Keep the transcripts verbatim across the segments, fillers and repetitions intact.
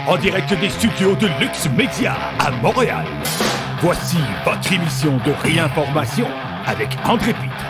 en direct des studios de Lux Media à Montréal. Voici votre émission de réinformation avec André Pitre.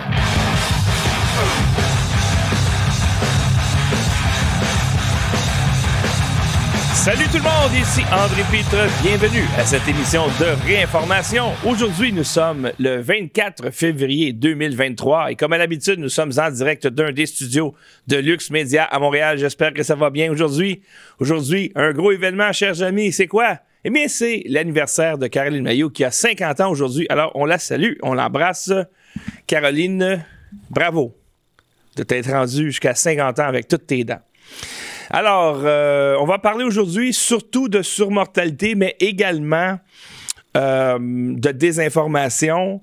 Salut tout le monde, ici André Pitre, bienvenue à cette émission de réinformation. Aujourd'hui, nous sommes le vingt-quatre février deux mille vingt-trois et comme à l'habitude, nous sommes en direct d'un des studios de Lux Media à Montréal. J'espère que ça va bien aujourd'hui. Aujourd'hui, un gros événement, chers amis, c'est quoi? Eh bien, c'est l'anniversaire de Caroline Mailloux qui a cinquante ans aujourd'hui. Alors, on la salue, on l'embrasse. Caroline, bravo de t'être rendue jusqu'à cinquante ans avec toutes tes dents. Alors, euh, on va parler aujourd'hui surtout de surmortalité, mais également euh, de désinformation.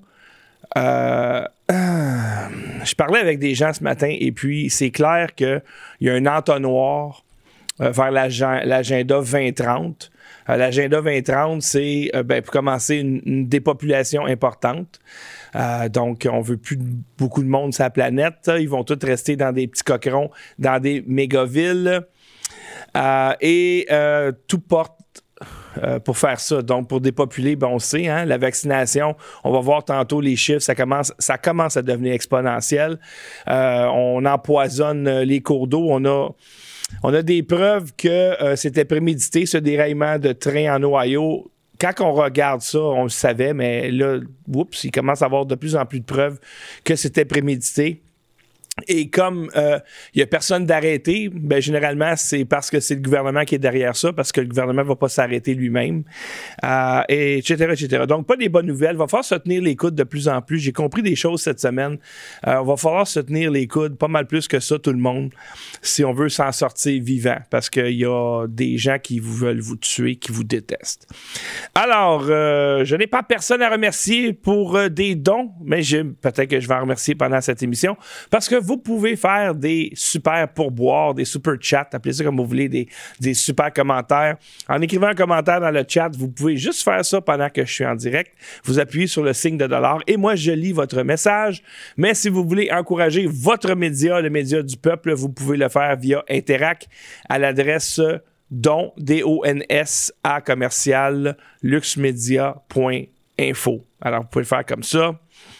Euh, euh, je parlais avec des gens ce matin et puis c'est clair qu'il y a un entonnoir euh, vers l'ag- l'agenda vingt trente. Euh, l'agenda vingt trente, c'est euh, ben, pour commencer une, une dépopulation importante. Euh, donc, on veut plus de, beaucoup de monde sur la planète. Ils vont tous rester dans des petits coquerons, dans des mégavilles. Euh, et euh, tout porte euh, pour faire ça. Donc, pour dépopuler, ben, on sait, hein, la vaccination, on va voir tantôt les chiffres, ça commence, ça commence à devenir exponentiel. Euh, on empoisonne les cours d'eau. On a, on a des preuves que euh, c'était prémédité, ce déraillement de train en Ohio. Quand on regarde ça, on le savait, mais là, oups, il commence à avoir de plus en plus de preuves que c'était prémédité. Et comme il euh, n'y a personne d'arrêté, ben, généralement, c'est parce que c'est le gouvernement qui est derrière ça, parce que le gouvernement ne va pas s'arrêter lui-même, euh, et et cetera, et cetera. Donc, pas des bonnes nouvelles. Il va falloir se tenir les coudes de plus en plus. J'ai compris des choses cette semaine. Il euh, va falloir se tenir les coudes, pas mal plus que ça, tout le monde, si on veut s'en sortir vivant, parce qu'il y a des gens qui vous veulent vous tuer, qui vous détestent. Alors, euh, je n'ai pas personne à remercier pour euh, des dons, mais j'ai, peut-être que je vais en remercier pendant cette émission, parce que vous pouvez faire des super pourboires, des super chats, appelez ça comme vous voulez, des, des super commentaires. En écrivant un commentaire dans le chat, vous pouvez juste faire ça pendant que je suis en direct. Vous appuyez sur le signe de dollar et moi, je lis votre message. Mais si vous voulez encourager votre média, le média du peuple, vous pouvez le faire via Interac à l'adresse don, D O N S, à commercial, luxmedia point info. Alors, vous pouvez le faire comme ça.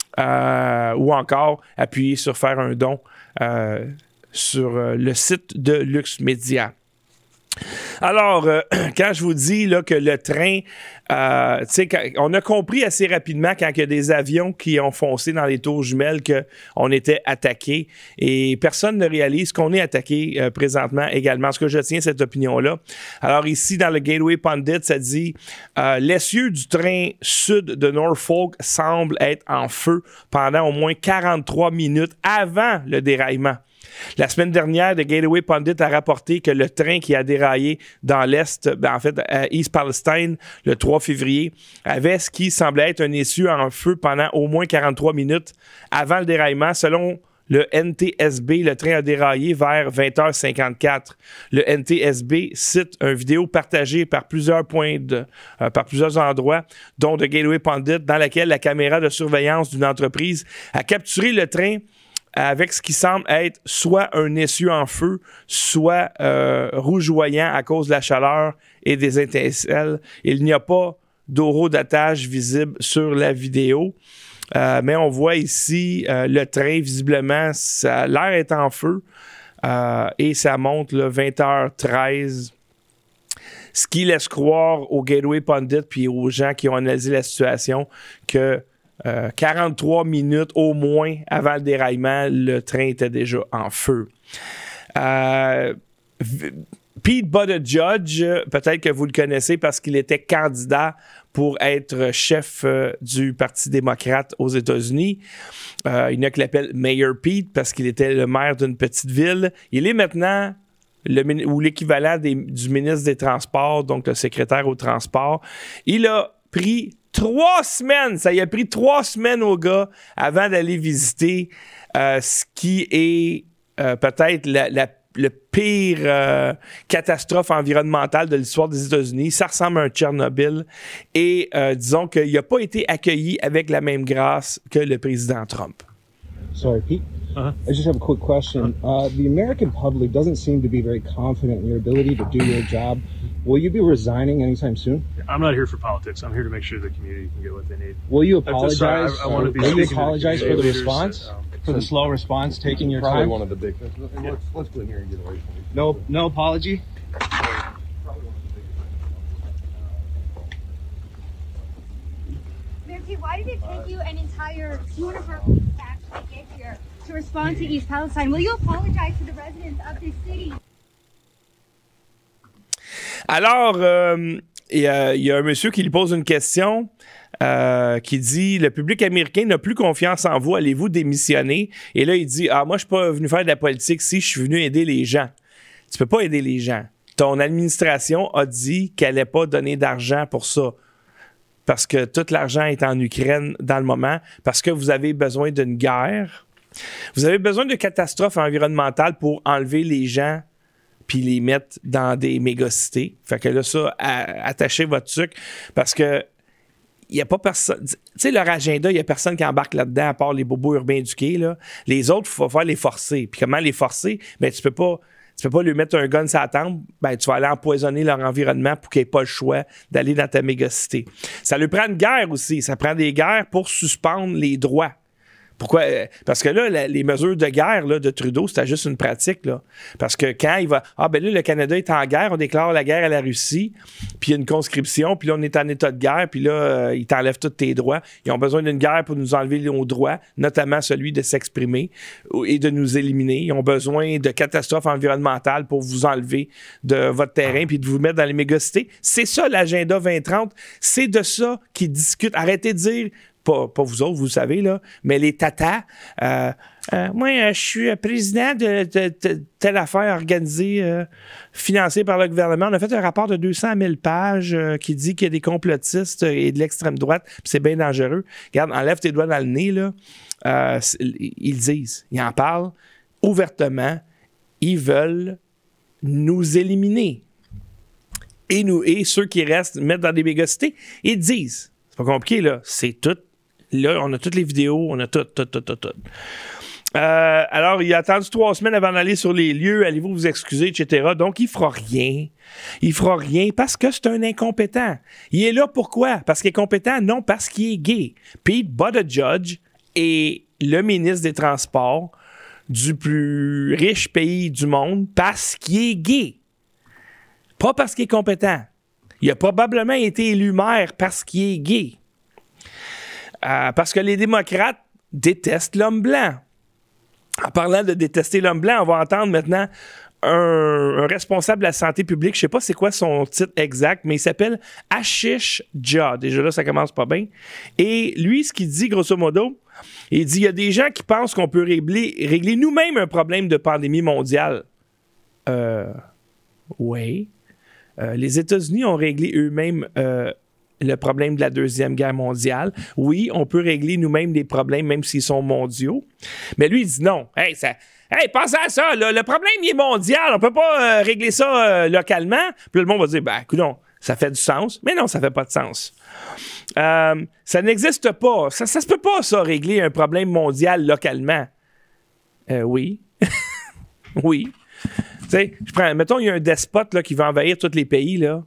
Euh, ou encore appuyer sur faire un don euh, sur euh, le site de Lux Media. Alors, euh, quand je vous dis là, que le train, euh, tu sais, on a compris assez rapidement quand il y a des avions qui ont foncé dans les tours jumelles qu'on était attaqué et personne ne réalise qu'on est attaqué euh, présentement également. Est-ce que je tiens cette opinion-là? Alors ici, dans le Gateway Pundit, ça dit euh, « L'essieu du train sud de Norfolk semble être en feu pendant au moins quarante-trois minutes avant le déraillement. » La semaine dernière, The Gateway Pundit a rapporté que le train qui a déraillé dans l'Est, ben en fait, à East Palestine, le trois février, avait ce qui semblait être un essieu en feu pendant au moins quarante-trois minutes avant le déraillement. Selon le N T S B, le train a déraillé vers vingt heures cinquante-quatre. Le N T S B cite une vidéo partagée par plusieurs points de, euh, par plusieurs endroits, dont The Gateway Pundit, dans laquelle la caméra de surveillance d'une entreprise a capturé le train avec ce qui semble être soit un essieu en feu, soit euh, rougeoyant à cause de la chaleur et des étincelles. Il n'y a pas d'euro d'attache visible sur la vidéo, euh, mais on voit ici euh, le train, visiblement, ça, l'air est en feu euh, et ça monte là, vingt heures treize. Ce qui laisse croire au Gateway Pundit puis aux gens qui ont analysé la situation que Euh, quarante-trois minutes au moins avant le déraillement, le train était déjà en feu. Euh, Pete Buttigieg, peut-être que vous le connaissez parce qu'il était candidat pour être chef euh, du Parti démocrate aux États-Unis. Euh, il y en a qui l'appellent Mayor Pete parce qu'il était le maire d'une petite ville. Il est maintenant le, ou l'équivalent des, du ministre des Transports, donc le secrétaire au transport. Il a pris Trois semaines, ça y a pris trois semaines au gars avant d'aller visiter euh, ce qui est euh, peut-être la, la, le pire euh, catastrophe environnementale de l'histoire des États-Unis. Ça ressemble à un Tchernobyl. Et euh, disons qu'il n'a pas été accueilli avec la même grâce que le président Trump. Sorry, Pete. Uh-huh. I just have a quick question. Uh, the American public doesn't seem to be very confident in your ability to do your job. Will you be resigning anytime soon? I'm not here for politics. I'm here to make sure the community can get what they need. Will you That's sorry, apologize? I, I want to be Will you speaking to apologize the for the leaders response? that, um, For the slow response, taking your Probably time? one of the big things. And let's, let's go in here and get away from it. No, no apology? Mayor Pete, why did it take you an entire universe to actually get here to respond to East Palestine? Will you apologize to the residents of this city? Alors, euh, il y, a, y a un monsieur qui lui pose une question euh, qui dit « Le public américain n'a plus confiance en vous, allez-vous démissionner? » Et là, il dit « Ah, moi, je suis pas venu faire de la politique si je suis venu aider les gens. » Tu peux pas aider les gens. Ton administration a dit qu'elle n'allait pas donner d'argent pour ça. Parce que tout l'argent est en Ukraine dans le moment, parce que vous avez besoin d'une guerre. Vous avez besoin de catastrophes environnementales pour enlever les gens puis les mettre dans des mégacités. Fait que là, ça, à, attachez votre sucre, parce que il n'y a pas personne... Tu sais, leur agenda, il n'y a personne qui embarque là-dedans, à part les bobos urbains éduqués, là. Les autres, il faut faire les forcer. Puis comment les forcer? Bien, tu peux pas... Tu peux pas lui mettre un gun sur la tempe, ben, tu vas aller empoisonner leur environnement pour qu'ils n'aient pas le choix d'aller dans ta mégacité. Ça lui prend une guerre aussi. Ça prend des guerres pour suspendre les droits. Pourquoi? Parce que là, la, les mesures de guerre là, de Trudeau, c'était juste une pratique. Là. Parce que quand il va... Ah, ben là, le Canada est en guerre, on déclare la guerre à la Russie, puis il y a une conscription, puis là, on est en état de guerre, puis là, euh, ils t'enlèvent tous tes droits. Ils ont besoin d'une guerre pour nous enlever nos droits, notamment celui de s'exprimer et de nous éliminer. Ils ont besoin de catastrophes environnementales pour vous enlever de votre terrain puis de vous mettre dans les mégacités. C'est ça, l'agenda vingt trente. C'est de ça qu'ils discutent. Arrêtez de dire... Pas, pas vous autres, vous savez, là, mais les tatas. Euh, euh, moi, euh, je suis président de, de, de telle affaire organisée, euh, financée par le gouvernement. On a fait un rapport de deux cent mille pages euh, qui dit qu'il y a des complotistes et de l'extrême droite, puis c'est bien dangereux. Regarde, enlève tes doigts dans le nez, là. Euh, ils disent, ils en parlent ouvertement. Ils veulent nous éliminer. Et, nous, et ceux qui restent, mettre dans des mégacités, ils disent. C'est pas compliqué, là. C'est tout. Là, on a toutes les vidéos, on a tout, tout, tout, tout, tout. Euh, alors, il a attendu trois semaines avant d'aller sur les lieux. Allez-vous vous excuser, et cetera. Donc, il fera rien. Il fera rien parce que c'est un incompétent. Il est là pourquoi? Parce qu'il est compétent? Non, parce qu'il est gay. Pete Buttigieg est le ministre des Transports du plus riche pays du monde parce qu'il est gay. Pas parce qu'il est compétent. Il a probablement été élu maire parce qu'il est gay. Euh, parce que les démocrates détestent l'homme blanc. En parlant de détester l'homme blanc, on va entendre maintenant un, un responsable de la santé publique. Je ne sais pas c'est quoi son titre exact, mais il s'appelle Ashish Jha. Déjà là, ça commence pas bien. Et lui, ce qu'il dit, grosso modo, il dit il y a des gens qui pensent qu'on peut régler, régler nous-mêmes un problème de pandémie mondiale. Euh, oui. Euh, les États-Unis ont réglé eux-mêmes euh, le problème de la Deuxième Guerre mondiale. Oui, on peut régler nous-mêmes des problèmes, même s'ils sont mondiaux. Mais lui, il dit non. Hey, ça, hey pensez à ça. Là, le problème, il est mondial. On ne peut pas euh, régler ça euh, localement. Puis là, le monde va dire, ben, écoute, non, ça fait du sens. Mais non, ça ne fait pas de sens. Euh, ça n'existe pas. Ça ne se peut pas, ça, régler un problème mondial localement. Euh, oui. oui. Tu sais, je prends, mettons, il y a un despote là, qui va envahir tous les pays, là.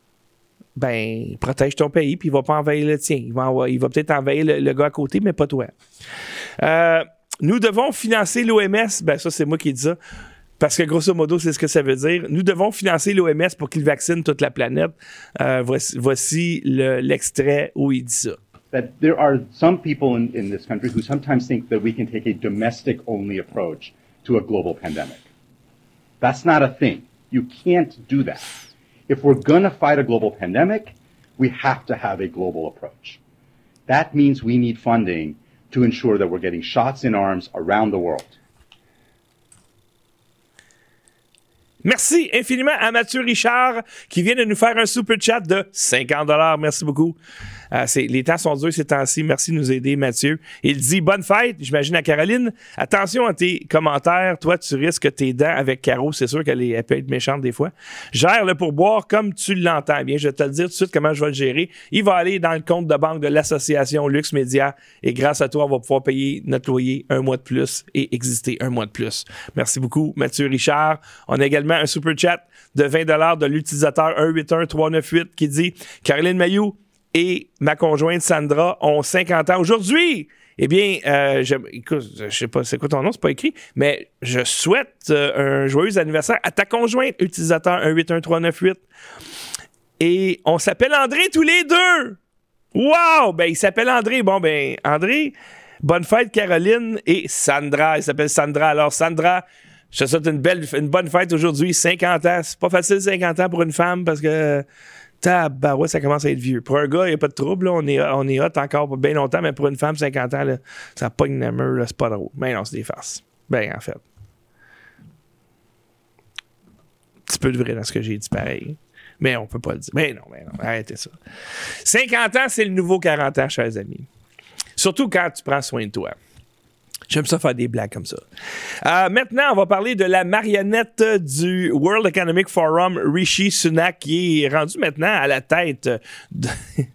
Ben, protège ton pays, puis il va pas envahir le tien. Il va, il va peut-être envahir le, le gars à côté, mais pas toi. Euh, nous devons financer l'O M S. Ben, ça, c'est moi qui dis ça. Parce que, grosso modo, c'est ce que ça veut dire. Nous devons financer l'O M S pour qu'il vaccine toute la planète. Euh, voici voici le, l'extrait où il dit ça. That there are some people in, in this country who sometimes think that we can take a domestic-only approach to a global pandemic. That's not a thing. You can't do that. If we're going to fight a global pandemic, we have to have a global approach. That means we need funding to ensure that we're getting shots in arms around the world. Merci infiniment à Mathieu Richard qui vient de nous faire un super chat de cinquante dollars. Merci beaucoup. Euh, c'est, les temps sont durs ces temps-ci. Merci de nous aider, Mathieu. Il dit « Bonne fête », j'imagine à Caroline. Attention à tes commentaires. Toi, tu risques tes dents avec Caro. C'est sûr qu'elle est, elle peut être méchante des fois. Gère le pourboire comme tu l'entends. Bien, je vais te le dire tout de suite comment je vais le gérer. Il va aller dans le compte de banque de l'association Lux Média et grâce à toi, on va pouvoir payer notre loyer un mois de plus et exister un mois de plus. Merci beaucoup, Mathieu Richard. On a également un super chat de vingt dollars de l'utilisateur un huit un trois neuf huit qui dit « Caroline Mayou et ma conjointe Sandra ont cinquante ans aujourd'hui. » Eh bien, euh, je, écoute, je sais pas c'est quoi ton nom, c'est pas écrit, mais je souhaite euh, un joyeux anniversaire à ta conjointe, utilisateur un huit un trois neuf huit. Et on s'appelle André tous les deux. Wow! Ben, il s'appelle André. Bon, ben, André, bonne fête, Caroline et Sandra. Il s'appelle Sandra. Alors, Sandra, je te souhaite une belle, une bonne fête aujourd'hui. cinquante ans. C'est pas facile, cinquante ans pour une femme parce que tabarouette, ça commence à être vieux. Pour un gars, il n'y a pas de trouble. Là. On est, on est hot encore pour bien longtemps, mais pour une femme, cinquante ans, là, ça pogne la mur, là, c'est pas drôle. Ben non, c'est des farces. Ben, en fait. Un petit peu de vrai dans ce que j'ai dit, pareil. Mais on peut pas le dire. Mais non, mais non, arrêtez ça. cinquante ans, c'est le nouveau quarante ans, chers amis. Surtout quand tu prends soin de toi. J'aime ça faire des blagues comme ça. Euh, maintenant, on va parler de la marionnette du World Economic Forum, Rishi Sunak, qui est rendu maintenant à la tête. De...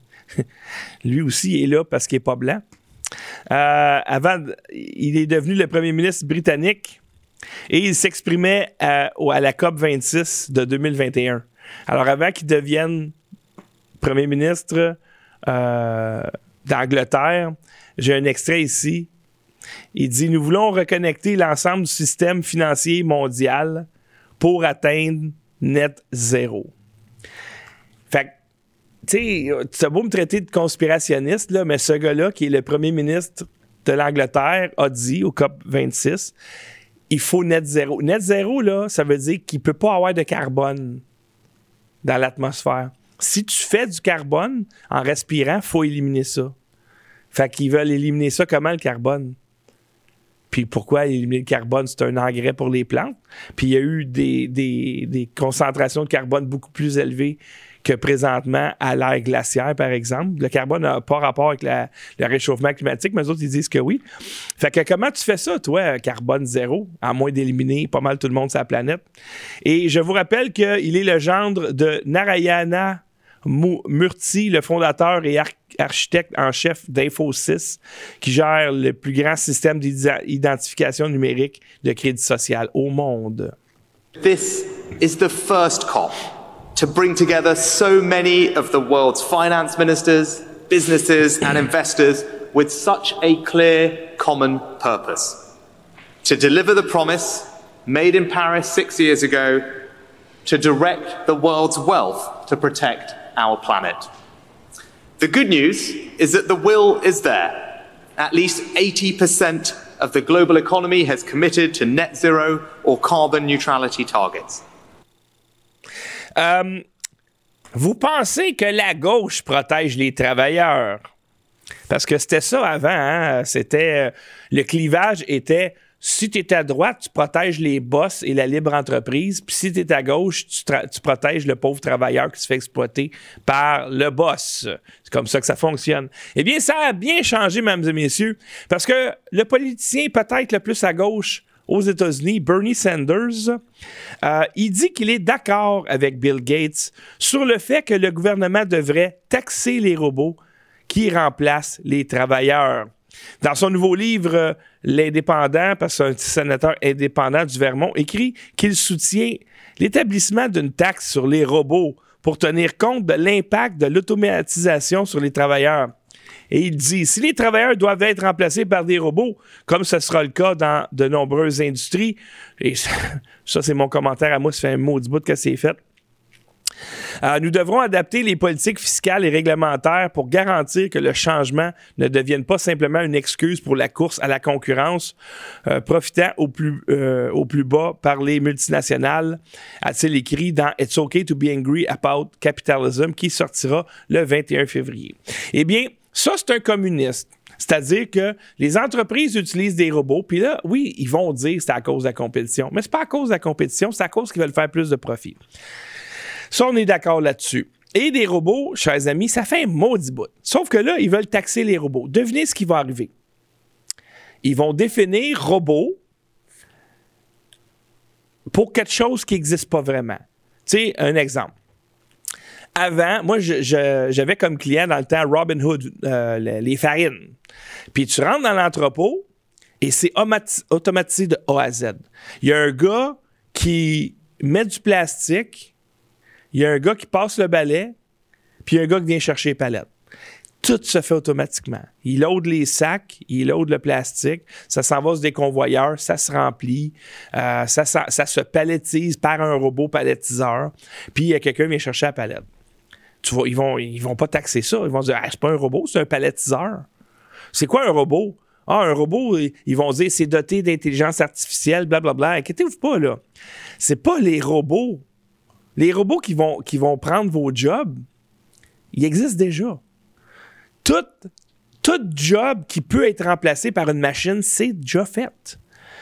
Lui aussi est là parce qu'il n'est pas blanc. Euh, avant, il est devenu le premier ministre britannique et il s'exprimait à, à la COP vingt-six de deux mille vingt et un. Alors, avant qu'il devienne premier ministre euh, d'Angleterre, j'ai un extrait ici. Il dit « Nous voulons reconnecter l'ensemble du système financier mondial pour atteindre net zéro. » Fait que, tu sais, tu as beau me traiter de conspirationniste, là, mais ce gars-là, qui est le premier ministre de l'Angleterre, a dit au COP vingt-six, il faut net zéro. Net zéro, là, ça veut dire qu'il ne peut pas avoir de carbone dans l'atmosphère. Si tu fais du carbone en respirant, il faut éliminer ça. Fait qu'ils veulent éliminer ça. Comment, le carbone? Puis pourquoi éliminer le carbone? C'est un engrais pour les plantes. Puis il y a eu des, des, des concentrations de carbone beaucoup plus élevées que présentement à l'ère glaciaire, par exemple. Le carbone n'a pas rapport avec la, le réchauffement climatique, mais eux autres, ils disent que oui. Fait que comment tu fais ça, toi, carbone zéro, à moins d'éliminer pas mal tout le monde sur la planète? Et je vous rappelle qu'il est le gendre de Narayana Murthy, le fondateur et arch- architecte en chef d'Infosys, qui gère le plus grand système d'identification numérique de crédit social au monde. This is the first COP to bring together so many of the world's finance ministers, businesses and investors with such a clear common purpose. To deliver the promise made in Paris six years ago to direct the world's wealth to protect our planet. The good news is that the will is there. At least eighty percent of the global economy has committed to net zero or carbon neutrality targets. Euh, vous pensez que la gauche protège les travailleurs? Parce que c'était ça avant, hein? C'était, le clivage était... Si tu es à droite, tu protèges les boss et la libre entreprise. Puis si tu es à gauche, tu, tra- tu protèges le pauvre travailleur qui se fait exploiter par le boss. C'est comme ça que ça fonctionne. Eh bien, ça a bien changé, mesdames et messieurs, parce que le politicien peut-être le plus à gauche aux États-Unis, Bernie Sanders, euh, il dit qu'il est d'accord avec Bill Gates sur le fait que le gouvernement devrait taxer les robots qui remplacent les travailleurs. Dans son nouveau livre, L'Indépendant, parce que c'est un sénateur indépendant du Vermont, écrit qu'il soutient l'établissement d'une taxe sur les robots pour tenir compte de l'impact de l'automatisation sur les travailleurs. Et il dit, si les travailleurs doivent être remplacés par des robots, comme ce sera le cas dans de nombreuses industries, et ça, ça c'est mon commentaire à moi, ça fait un maudit bout que c'est fait, Euh, nous devrons adapter les politiques fiscales et réglementaires pour garantir que le changement ne devienne pas simplement une excuse pour la course à la concurrence, euh, profitant au plus, euh, au plus bas par les multinationales, a-t-il écrit dans It's Okay to be angry about capitalism, qui sortira le vingt et un février. Eh bien, ça, c'est un communiste. C'est-à-dire que les entreprises utilisent des robots, puis là, oui, ils vont dire que c'est à cause de la compétition, mais c'est pas à cause de la compétition, c'est à cause qu'ils veulent faire plus de profit. Ça, on est d'accord là-dessus. Et des robots, chers amis, ça fait un maudit bout. Sauf que là, ils veulent taxer les robots. Devinez ce qui va arriver. Ils vont définir robot pour quelque chose qui n'existe pas vraiment. Tu sais, un exemple. Avant, moi, je, je, j'avais comme client dans le temps Robinhood, euh, les, les farines. Puis tu rentres dans l'entrepôt et c'est automati- automatisé de A à Z. Il y a un gars qui met du plastique, il y a un gars qui passe le balai, puis il y a un gars qui vient chercher les palettes. Tout se fait automatiquement. Il load les sacs, il load le plastique, ça s'en va sur des convoyeurs, ça se remplit, euh, ça, ça, ça se palettise par un robot palettiseur, puis il y a quelqu'un qui vient chercher la palette. Tu vois, ils vont, ils vont pas taxer ça. Ils vont dire, ah, c'est pas un robot, c'est un palettiseur. C'est quoi un robot? Ah, un robot, ils vont dire, c'est doté d'intelligence artificielle, blablabla. Inquiétez-vous pas, là. C'est pas les robots. Les robots qui vont, qui vont prendre vos jobs, ils existent déjà. Tout, tout job qui peut être remplacé par une machine, c'est déjà fait.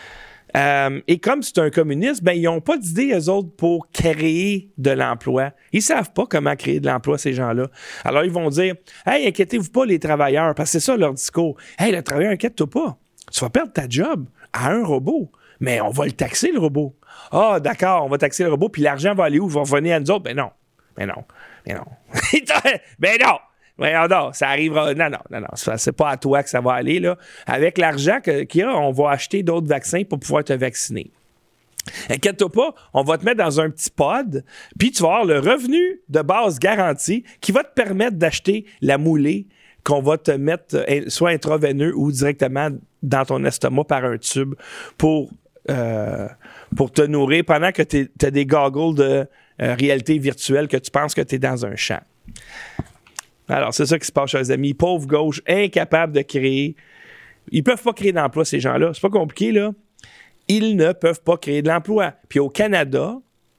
Euh, et comme c'est un communiste, ben, ils n'ont pas d'idée, eux autres, pour créer de l'emploi. Ils ne savent pas comment créer de l'emploi, ces gens-là. Alors, ils vont dire, « Hey, inquiétez-vous pas, les travailleurs. » Parce que c'est ça leur discours. « Hey, le travailleur, inquiète-toi pas. Tu vas perdre ta job à un robot. Mais on va le taxer, le robot. »« Ah, d'accord, on va taxer le robot, puis l'argent va aller où? Il va revenir à nous autres? » Ben non. Ben non. Ben non. ben non. Oui, non, ça arrivera. Non, non, non, non. C'est pas à toi que ça va aller, là. Avec l'argent que, qu'il y a, on va acheter d'autres vaccins pour pouvoir te vacciner. Inquiète-toi pas, on va te mettre dans un petit pod, puis tu vas avoir le revenu de base garanti qui va te permettre d'acheter la moulée qu'on va te mettre soit intraveineux ou directement dans ton estomac par un tube pour, euh, pour te nourrir pendant que tu as des goggles de euh, réalité virtuelle que tu penses que tu es dans un champ. Alors, c'est ça qui se passe, chers amis. Pauvre gauche, incapable de créer. Ils peuvent pas créer d'emploi, ces gens-là. C'est pas compliqué, là. Ils ne peuvent pas créer de l'emploi. Puis au Canada,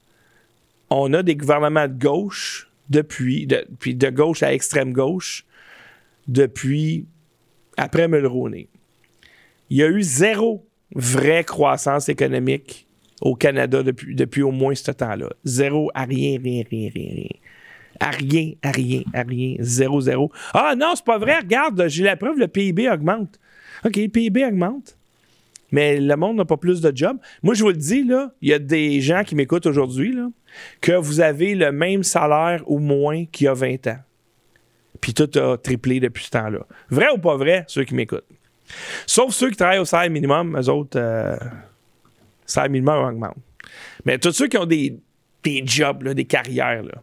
on a des gouvernements de gauche depuis, de, puis de gauche à extrême gauche, depuis après Mulroney. Il y a eu zéro vraie croissance économique au Canada depuis, depuis au moins ce temps-là. Zéro à rien, rien, rien, rien, rien. À rien, à rien, à rien. Zéro, zéro. Ah non, c'est pas vrai. Regarde, j'ai la preuve, le P I B augmente. OK, le P I B augmente. Mais le monde n'a pas plus de jobs. Moi, je vous le dis, là, il y a des gens qui m'écoutent aujourd'hui, là, que vous avez le même salaire ou moins qu'il y a vingt ans. Puis tout a triplé depuis ce temps-là. Vrai ou pas vrai, ceux qui m'écoutent? Sauf ceux qui travaillent au salaire minimum, eux autres, euh, salaire minimum augmente. Mais tous ceux qui ont des, des jobs, là, des carrières, là,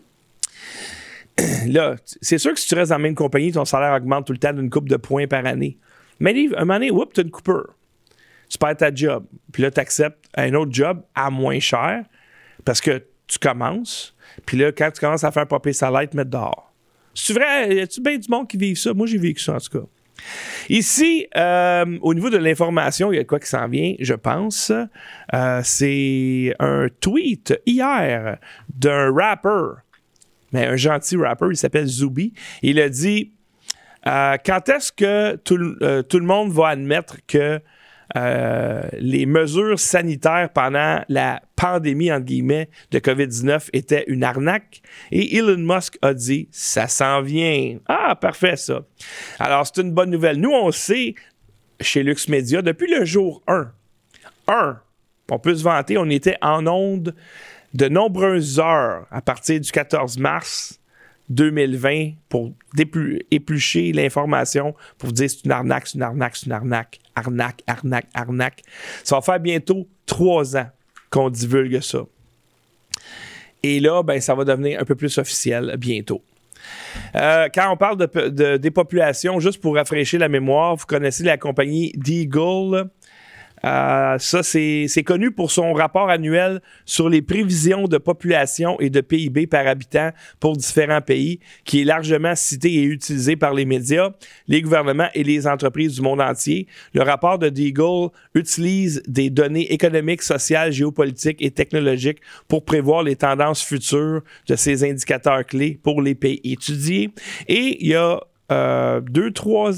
là, c'est sûr que si tu restes dans la même compagnie, ton salaire augmente tout le temps d'une couple de points par année. Mais à un moment donné, whoop, tu as une coupure. Tu perds ta job. Puis là, tu acceptes un autre job à moins cher parce que tu commences. Puis là, quand tu commences à faire un papier salaire, te mettre dehors. C'est vrai? Y a-tu bien du monde qui vit ça? Moi, j'ai vécu ça, en tout cas. Ici, euh, au niveau de l'information, il y a de quoi qui s'en vient, je pense. Euh, c'est un tweet hier d'un rapper. Mais un gentil rapper, il s'appelle Zubi. Il a dit euh, quand est-ce que tout, euh, tout le monde va admettre que euh, les mesures sanitaires pendant la pandémie, entre guillemets, de covid dix-neuf étaient une arnaque? Et Elon Musk a dit ça s'en vient. Ah, parfait, ça. Alors, c'est une bonne nouvelle. Nous, on sait, chez Lux Media, depuis le jour un, un, on peut se vanter, on était en onde de nombreuses heures à partir du quatorze mars deux mille vingt pour déplu- éplucher l'information pour dire c'est une arnaque, c'est une arnaque, c'est une arnaque, arnaque, arnaque, arnaque. Ça va faire bientôt trois ans qu'on divulgue ça. Et là, ben, ça va devenir un peu plus officiel bientôt. Euh, quand on parle de, de dépopulation, juste pour rafraîchir la mémoire, vous connaissez la compagnie Deagle. Euh, ça, c'est, c'est connu pour son rapport annuel sur les prévisions de population et de P I B par habitant pour différents pays, qui est largement cité et utilisé par les médias, les gouvernements et les entreprises du monde entier. Le rapport de Deagle utilise des données économiques, sociales, géopolitiques et technologiques pour prévoir les tendances futures de ces indicateurs clés pour les pays étudiés. Et il y a euh, deux, trois ans,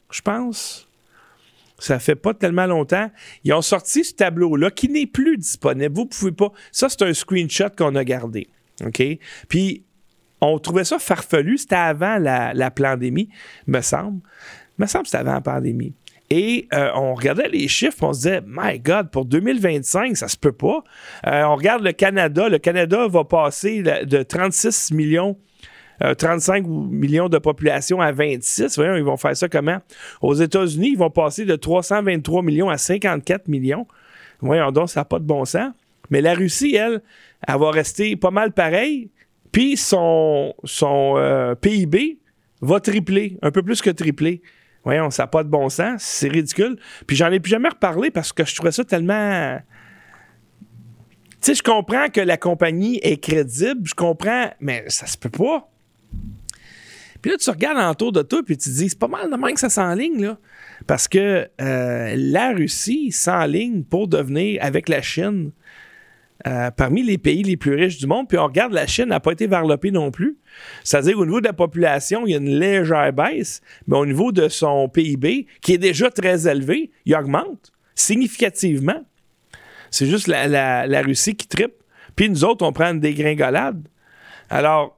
je pense. Ça fait pas tellement longtemps. Ils ont sorti ce tableau-là qui n'est plus disponible. Vous pouvez pas... Ça, c'est un screenshot qu'on a gardé. OK? Puis, on trouvait ça farfelu. C'était avant la, la pandémie, me semble. Me semble que c'était avant la pandémie. Et euh, on regardait les chiffres, on se disait, my God, pour deux mille vingt-cinq, ça se peut pas. Euh, on regarde le Canada. Le Canada va passer de trente-six millions, euh, trente-cinq millions de population à vingt-six. Voyons, ils vont faire ça comment? Aux États-Unis, ils vont passer de trois cent vingt-trois millions à cinquante-quatre millions. Voyons donc, ça n'a pas de bon sens. Mais la Russie, elle, elle va rester pas mal pareil. Puis son, son euh, P I B va tripler, un peu plus que tripler. Voyons, ça n'a pas de bon sens, c'est ridicule. Puis j'en ai plus jamais reparlé parce que je trouvais ça tellement... Tu sais, je comprends que la compagnie est crédible, je comprends, mais ça se peut pas. Puis là, tu regardes autour de toi, puis tu te dis, c'est pas mal de même que ça s'enligne, là. Parce que euh, la Russie s'enligne pour devenir, avec la Chine, Euh, parmi les pays les plus riches du monde, puis on regarde, la Chine n'a pas été varlopée non plus. C'est-à-dire, au niveau de la population, il y a une légère baisse, mais au niveau de son P I B, qui est déjà très élevé, il augmente significativement. C'est juste la, la, la Russie qui trippe. Puis nous autres, on prend une dégringolade. Alors,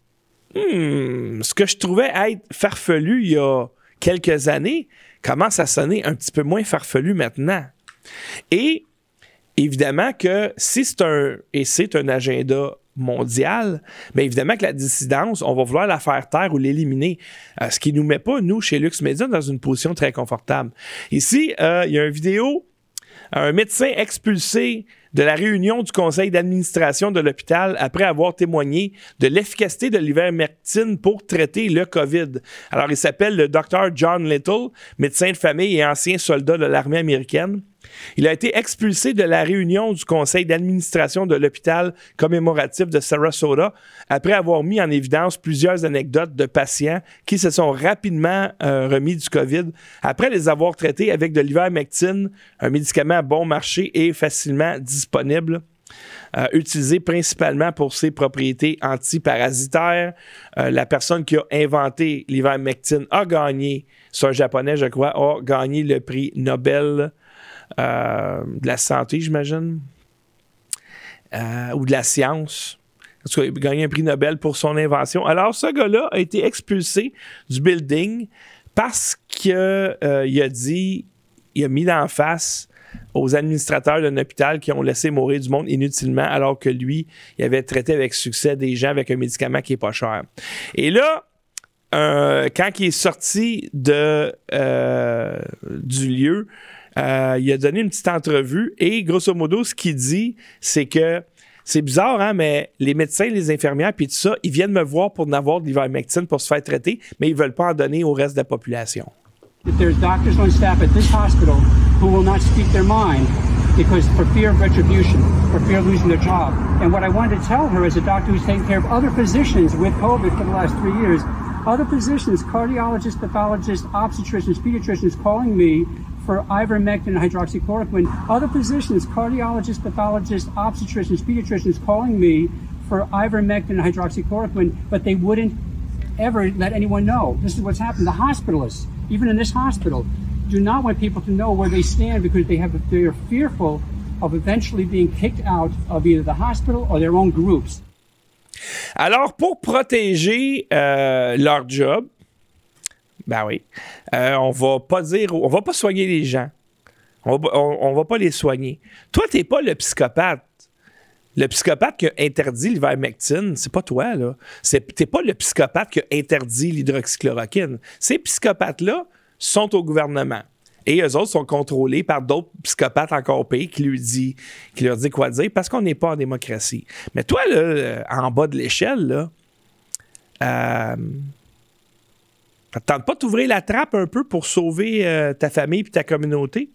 hmm, ce que je trouvais être farfelu il y a quelques années commence à sonner un petit peu moins farfelu maintenant. Et évidemment que si c'est un, et c'est un agenda mondial, bien évidemment que la dissidence, on va vouloir la faire taire ou l'éliminer. Euh, ce qui ne nous met pas, nous, chez Lux Media, dans une position très confortable. Ici, euh, il y a une vidéo, un médecin expulsé de la réunion du conseil d'administration de l'hôpital après avoir témoigné de l'efficacité de l'ivermectine pour traiter le COVID. Alors, il s'appelle le docteur John Little, médecin de famille et ancien soldat de l'armée américaine. Il a été expulsé de la réunion du conseil d'administration de l'hôpital commémoratif de Sarasota après avoir mis en évidence plusieurs anecdotes de patients qui se sont rapidement euh, remis du COVID après les avoir traités avec de l'ivermectine, un médicament bon marché et facilement disponible. Euh, utilisé principalement pour ses propriétés antiparasitaires. Euh, la personne qui a inventé l'ivermectine a gagné, c'est un japonais je crois, a gagné le prix Nobel euh, de la santé, j'imagine, euh, ou de la science. En tout cas, il a gagné un prix Nobel pour son invention. Alors, ce gars-là a été expulsé du building parce qu'il euh, a dit, il a mis d'en face aux administrateurs d'un hôpital qui ont laissé mourir du monde inutilement alors que lui, il avait traité avec succès des gens avec un médicament qui n'est pas cher. Et là, euh, quand il est sorti de, euh, du lieu, euh, il a donné une petite entrevue et grosso modo, ce qu'il dit, c'est que c'est bizarre, hein, mais les médecins, les infirmières, puis tout ça, ils viennent me voir pour en avoir de l'ivermectine pour se faire traiter, mais ils ne veulent pas en donner au reste de la population. If there's doctors on staff at this hospital who will not speak their mind because for fear of retribution, for fear of losing their job. And what I wanted to tell her as a doctor who's taken care of other physicians with COVID for the last three years, other physicians, cardiologists, pathologists, obstetricians, pediatricians calling me for ivermectin and hydroxychloroquine. Other physicians, cardiologists, pathologists, obstetricians, pediatricians calling me for ivermectin and hydroxychloroquine, but they wouldn't ever let anyone know. This is what's happened. The hospitalists, even in this hospital, do not want people to know where they stand because they have they are fearful of eventually being kicked out of either the hospital or their own groups. Alors, pour protéger euh, leur job, ben oui, euh, on va pas dire, on va pas soigner les gens. On va, on, on va pas les soigner. Toi, t'es pas le psychopathe. Le psychopathe qui a interdit l'ivermectine, c'est pas toi, là. C'est, t'es pas le psychopathe qui a interdit l'hydroxychloroquine. Ces psychopathes-là sont au gouvernement. Et eux autres sont contrôlés par d'autres psychopathes encore pires qui lui dit, qui leur dit quoi dire parce qu'on n'est pas en démocratie. Mais toi, là, en bas de l'échelle, là, euh, ça te tente pas d'ouvrir la trappe un peu pour sauver euh, ta famille et ta communauté?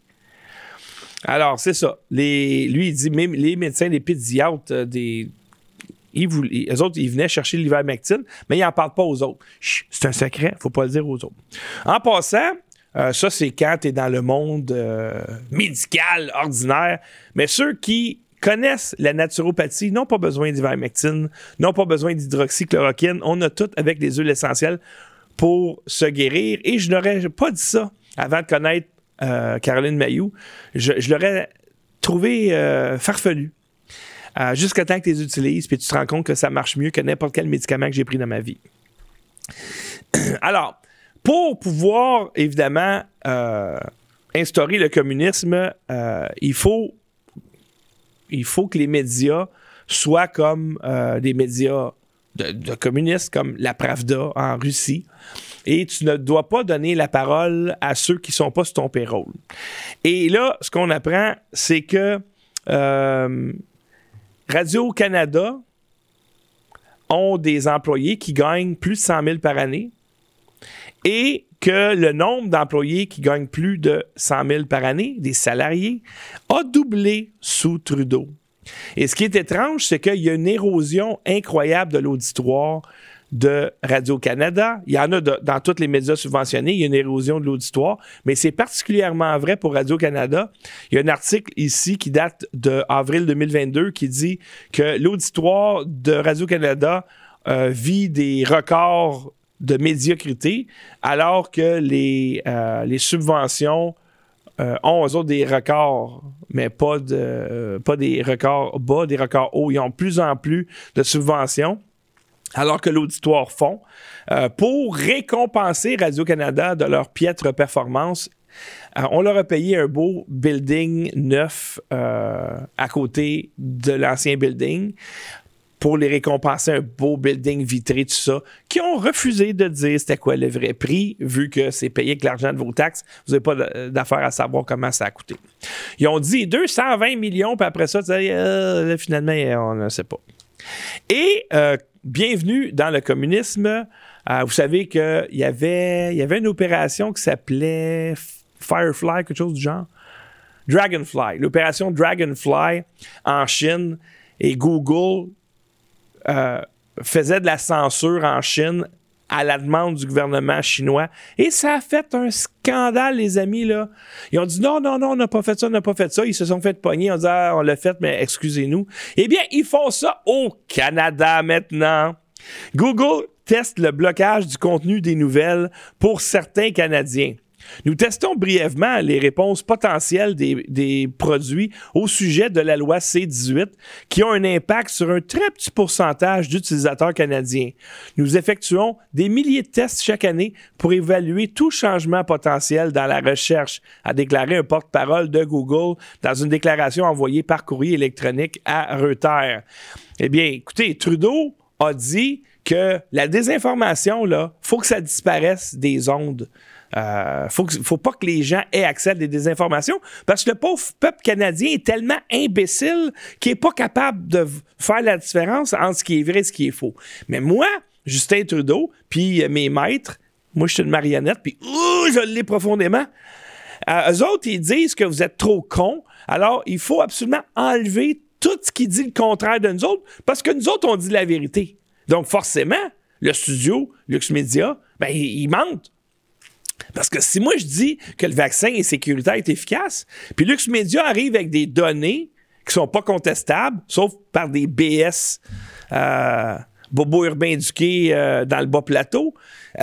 Alors, c'est ça. Les, lui, il dit, même les médecins, les pédiatres, euh, des, ils voulaient, eux autres, ils venaient chercher l'ivermectine, mais ils n'en parlent pas aux autres. Chut, c'est un secret, il ne faut pas le dire aux autres. En passant, euh, ça, c'est quand tu es dans le monde euh, médical ordinaire, mais ceux qui connaissent la naturopathie n'ont pas besoin d'ivermectine, n'ont pas besoin d'hydroxychloroquine. On a tout avec les huiles essentielles pour se guérir. Et je n'aurais pas dit ça avant de connaître euh, Caroline Mayou. Je, je l'aurais trouvé euh, farfelu. Euh, jusqu'à temps que tu les utilises, puis tu te rends compte que ça marche mieux que n'importe quel médicament que j'ai pris dans ma vie. Alors, pour pouvoir, évidemment, euh, instaurer le communisme, euh, il faut, il faut que les médias soient comme euh, des médias de, de communistes, comme la Pravda en Russie. Et tu ne dois pas donner la parole à ceux qui ne sont pas sur ton payroll. Et là, ce qu'on apprend, c'est que euh, Radio-Canada ont des employés qui gagnent plus de cent mille par année et que le nombre d'employés qui gagnent plus de cent mille par année, des salariés, a doublé sous Trudeau. Et ce qui est étrange, c'est qu'il y a une érosion incroyable de l'auditoire de Radio-Canada. Il y en a de, dans tous les médias subventionnés, il y a une érosion de l'auditoire, mais c'est particulièrement vrai pour Radio-Canada. Il y a un article ici qui date d'avril deux mille vingt-deux qui dit que l'auditoire de Radio-Canada euh, vit des records de médiocrité, alors que les, euh, les subventions euh, ont, eux autres, des records, mais pas, de, euh, pas des records bas, des records hauts. Ils ont de plus en plus de subventions, alors que l'auditoire fond, euh, pour récompenser Radio-Canada de leur piètre performance. Euh, on leur a payé un beau building neuf euh, à côté de l'ancien building pour les récompenser, un beau building vitré, tout ça, qui ont refusé de dire c'était quoi le vrai prix, vu que c'est payé avec l'argent de vos taxes. Vous n'avez pas d'affaire à savoir comment ça a coûté. Ils ont dit deux cent vingt millions, puis après ça, tu sais, euh, là, finalement, on ne sait pas. Et euh, bienvenue dans le communisme. Euh, vous savez qu'il y avait, il y avait une opération qui s'appelait Firefly, quelque chose du genre. Dragonfly. L'opération Dragonfly en Chine. Et Google euh, faisait de la censure en Chine à la demande du gouvernement chinois. Et ça a fait un scandale, les amis, là. Ils ont dit non, non, non, on n'a pas fait ça, on n'a pas fait ça. Ils se sont fait pogner. On dit ah, on l'a fait, mais excusez-nous. Eh bien, ils font ça au Canada maintenant. Google teste le blocage du contenu des nouvelles pour certains Canadiens. Nous testons brièvement les réponses potentielles des, des produits au sujet de la loi C dix-huit qui ont un impact sur un très petit pourcentage d'utilisateurs canadiens. Nous effectuons des milliers de tests chaque année pour évaluer tout changement potentiel dans la recherche, a déclaré un porte-parole de Google dans une déclaration envoyée par courrier électronique à Reuters. Eh bien, écoutez, Trudeau a dit que la désinformation, là, faut que ça disparaisse des ondes. Euh, faut, que, faut pas que les gens aient accès à des désinformations parce que le pauvre peuple canadien est tellement imbécile qu'il n'est pas capable de faire la différence entre ce qui est vrai et ce qui est faux. Mais moi, Justin Trudeau, puis mes maîtres, moi je suis une marionnette, puis oh, je l'ai profondément. Euh, eux autres, ils disent que vous êtes trop cons, alors il faut absolument enlever tout ce qui dit le contraire de nous autres parce que nous autres, on dit la vérité. Donc forcément, le studio, Lux Media, ben, ils, ils mentent. Parce que si moi je dis que le vaccin est sécuritaire, est efficace, puis Lux Media arrive avec des données qui sont pas contestables, sauf par des B S euh, bobos urbains éduqués euh, dans le bas plateau,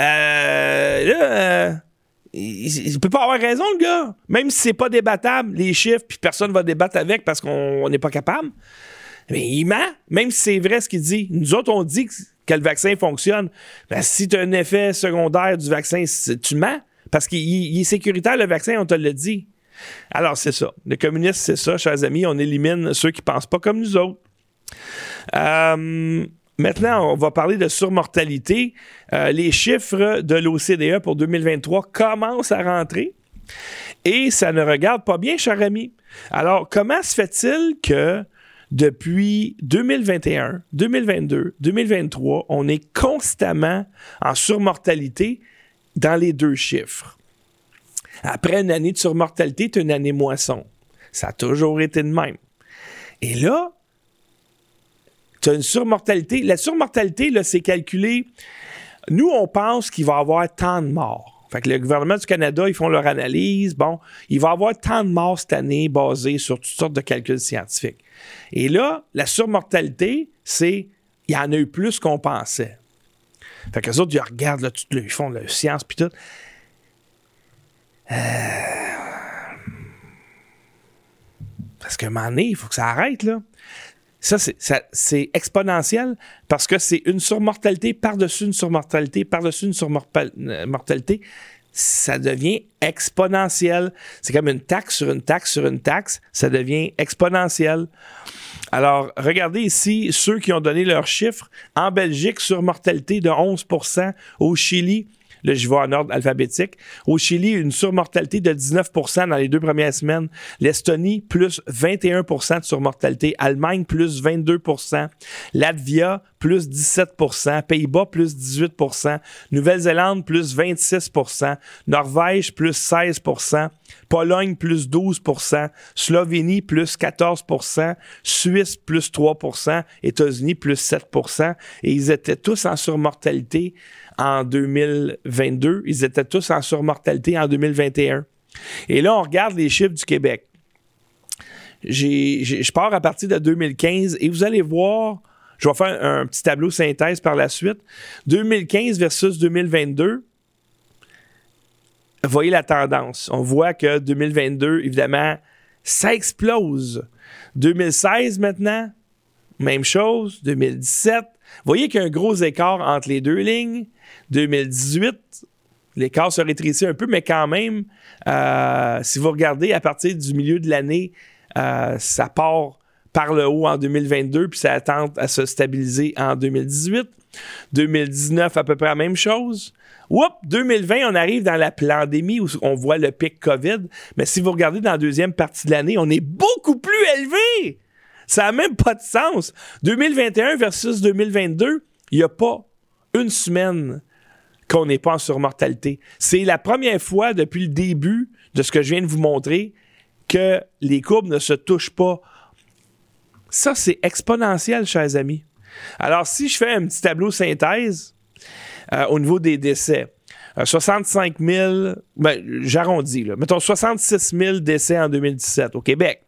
euh, là, euh, il ne peut pas avoir raison, le gars. Même si c'est pas débattable, les chiffres, puis personne va débattre avec parce qu'on n'est pas capable. Mais il ment, même si c'est vrai ce qu'il dit. Nous autres, on dit que, que le vaccin fonctionne. Ben, si tu as un effet secondaire du vaccin, tu mens. Parce qu'il il est sécuritaire, le vaccin, on te l'a dit. Alors, c'est ça. Le communisme, c'est ça, chers amis. On élimine ceux qui ne pensent pas comme nous autres. Euh, maintenant, on va parler de surmortalité. Euh, les chiffres de l'O C D E pour deux mille vingt-trois commencent à rentrer. Et ça ne regarde pas bien, chers amis. Alors, comment se fait-il que depuis deux mille vingt et un, deux mille vingt-deux, deux mille vingt-trois, on est constamment en surmortalité dans les deux chiffres? Après une année de surmortalité, c'est une année moisson. Ça a toujours été de même. Et là, tu as une surmortalité. La surmortalité, là, c'est calculé. Nous, on pense qu'il va y avoir tant de morts. Fait que le gouvernement du Canada, ils font leur analyse. Bon, il va y avoir tant de morts cette année basées sur toutes sortes de calculs scientifiques. Et là, la surmortalité, c'est il y en a eu plus qu'on pensait. Fait qu'eux autres, ils regardent, là, tout, là, ils font la science puis tout. Euh... Parce qu'à un moment donné, il faut que ça arrête, là. Ça, c'est, ça, c'est exponentiel parce que c'est une surmortalité par-dessus une surmortalité par-dessus une surmortalité. Ça devient exponentiel. C'est comme une taxe sur une taxe sur une taxe. Ça devient exponentiel. Alors, regardez ici ceux qui ont donné leurs chiffres. En Belgique, surmortalité de onze pour cent. Au Chili, là, je vais en ordre alphabétique. Au Chili, une surmortalité de dix-neuf pour cent dans les deux premières semaines. L'Estonie, plus vingt et un pour cent de surmortalité. Allemagne, plus vingt-deux pour cent. Latvia, plus dix-sept pour cent. Pays-Bas, plus dix-huit pour cent. Nouvelle-Zélande, plus vingt-six pour cent. Norvège, plus seize pour cent. Pologne, plus douze pour cent. Slovénie, plus quatorze pour cent. Suisse, plus trois pour cent. États-Unis, plus sept pour cent. Et ils étaient tous en surmortalité en deux mille vingt-deux. Ils étaient tous en surmortalité en deux mille vingt et un. Et là, on regarde les chiffres du Québec. J'ai, j'ai, je pars à partir de deux mille quinze et vous allez voir, je vais faire un, un petit tableau synthèse par la suite. deux mille quinze versus deux mille vingt-deux. Voyez la tendance. On voit que deux mille vingt-deux, évidemment, ça explose. deux mille seize maintenant, même chose. deux mille dix-sept. Voyez qu'il y a un gros écart entre les deux lignes. deux mille dix-huit, l'écart se rétrécit un peu, mais quand même, euh, si vous regardez à partir du milieu de l'année, euh, ça part par le haut en deux mille vingt-deux, puis ça tente à se stabiliser en deux mille dix-huit. deux mille dix-neuf, à peu près la même chose. Oups, deux mille vingt, on arrive dans la pandémie où on voit le pic COVID. Mais si vous regardez dans la deuxième partie de l'année, on est beaucoup plus élevé. Ça n'a même pas de sens. deux mille vingt et un versus deux mille vingt-deux, il n'y a pas une semaine qu'on n'est pas en surmortalité. C'est la première fois depuis le début de ce que je viens de vous montrer que les courbes ne se touchent pas. Ça, c'est exponentiel, chers amis. Alors, si je fais un petit tableau synthèse euh, au niveau des décès, euh, soixante-cinq mille, ben, j'arrondis, là, mettons soixante-six mille décès en deux mille dix-sept au Québec,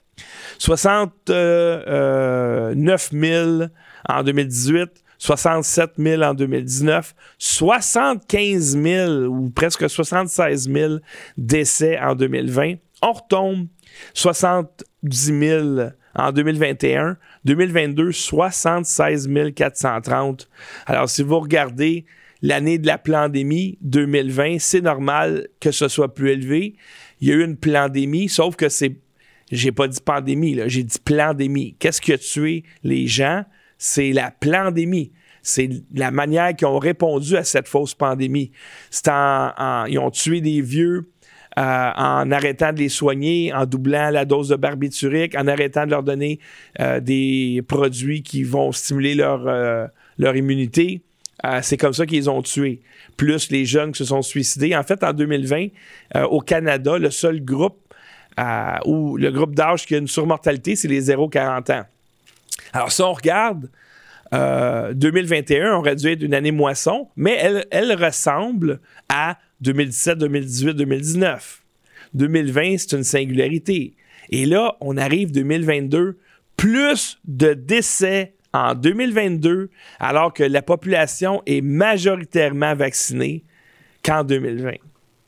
soixante-neuf mille en deux mille dix-huit, soixante-sept mille en deux mille dix-neuf, soixante-quinze mille ou presque soixante-seize mille décès en deux mille vingt. On retombe soixante-dix mille en deux mille vingt et un, deux mille vingt-deux, soixante-seize mille quatre cent trente. Alors, si vous regardez l'année de la pandémie, deux mille vingt, c'est normal que ce soit plus élevé. Il y a eu une pandémie, sauf que c'est... J'ai pas dit pandémie, là, j'ai dit pandémie. Qu'est-ce qui a tué les gens? C'est la pandémie. C'est la manière qu'ils ont répondu à cette fausse pandémie. C'est en, en, ils ont tué des vieux euh, en arrêtant de les soigner, en doublant la dose de barbiturique, en arrêtant de leur donner euh, des produits qui vont stimuler leur, euh, leur immunité. Euh, c'est comme ça qu'ils ont tué. Plus les jeunes qui se sont suicidés. En fait, en deux mille vingt, euh, au Canada, le seul groupe euh, où le groupe d'âge qui a une surmortalité, c'est les zéro à quarante ans. Alors, si on regarde, euh, deux mille vingt et un aurait dû être une année moisson, mais elle, elle ressemble à deux mille dix-sept, deux mille dix-huit, deux mille dix-neuf. deux mille vingt, c'est une singularité. Et là, on arrive deux mille vingt-deux, plus de décès en deux mille vingt-deux, alors que la population est majoritairement vaccinée qu'en deux mille vingt.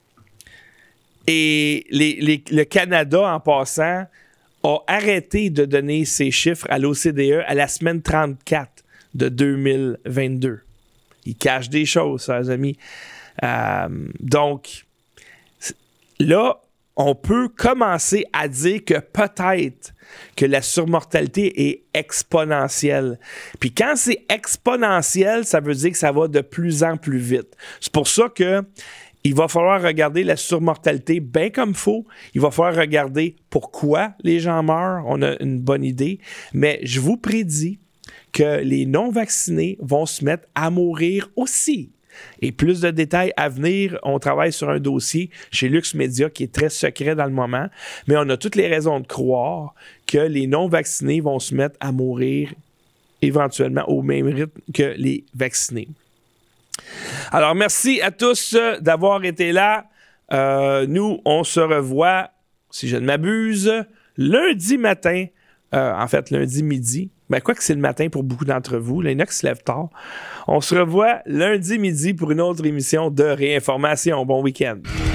Et les, les, le Canada, en passant, a arrêté de donner ces chiffres à l'O C D E à la semaine trente-quatre de deux mille vingt-deux. Ils cachent des choses, chers amis. Euh, donc, là, on peut commencer à dire que peut-être que la surmortalité est exponentielle. Puis quand c'est exponentiel, ça veut dire que ça va de plus en plus vite. C'est pour ça que il va falloir regarder la surmortalité bien comme il faut. Il va falloir regarder pourquoi les gens meurent. On a une bonne idée. Mais je vous prédis que les non-vaccinés vont se mettre à mourir aussi. Et plus de détails à venir. On travaille sur un dossier chez Lux Media qui est très secret dans le moment. Mais on a toutes les raisons de croire que les non-vaccinés vont se mettre à mourir éventuellement au même rythme que les vaccinés. Alors, merci à tous d'avoir été là. Euh, nous, on se revoit, si je ne m'abuse, lundi matin, euh, en fait, lundi midi, Ben, quoi que c'est le matin pour beaucoup d'entre vous, là, il y en a qui se lèvent tard. On se revoit lundi midi pour une autre émission de Réinformation. Bon week-end.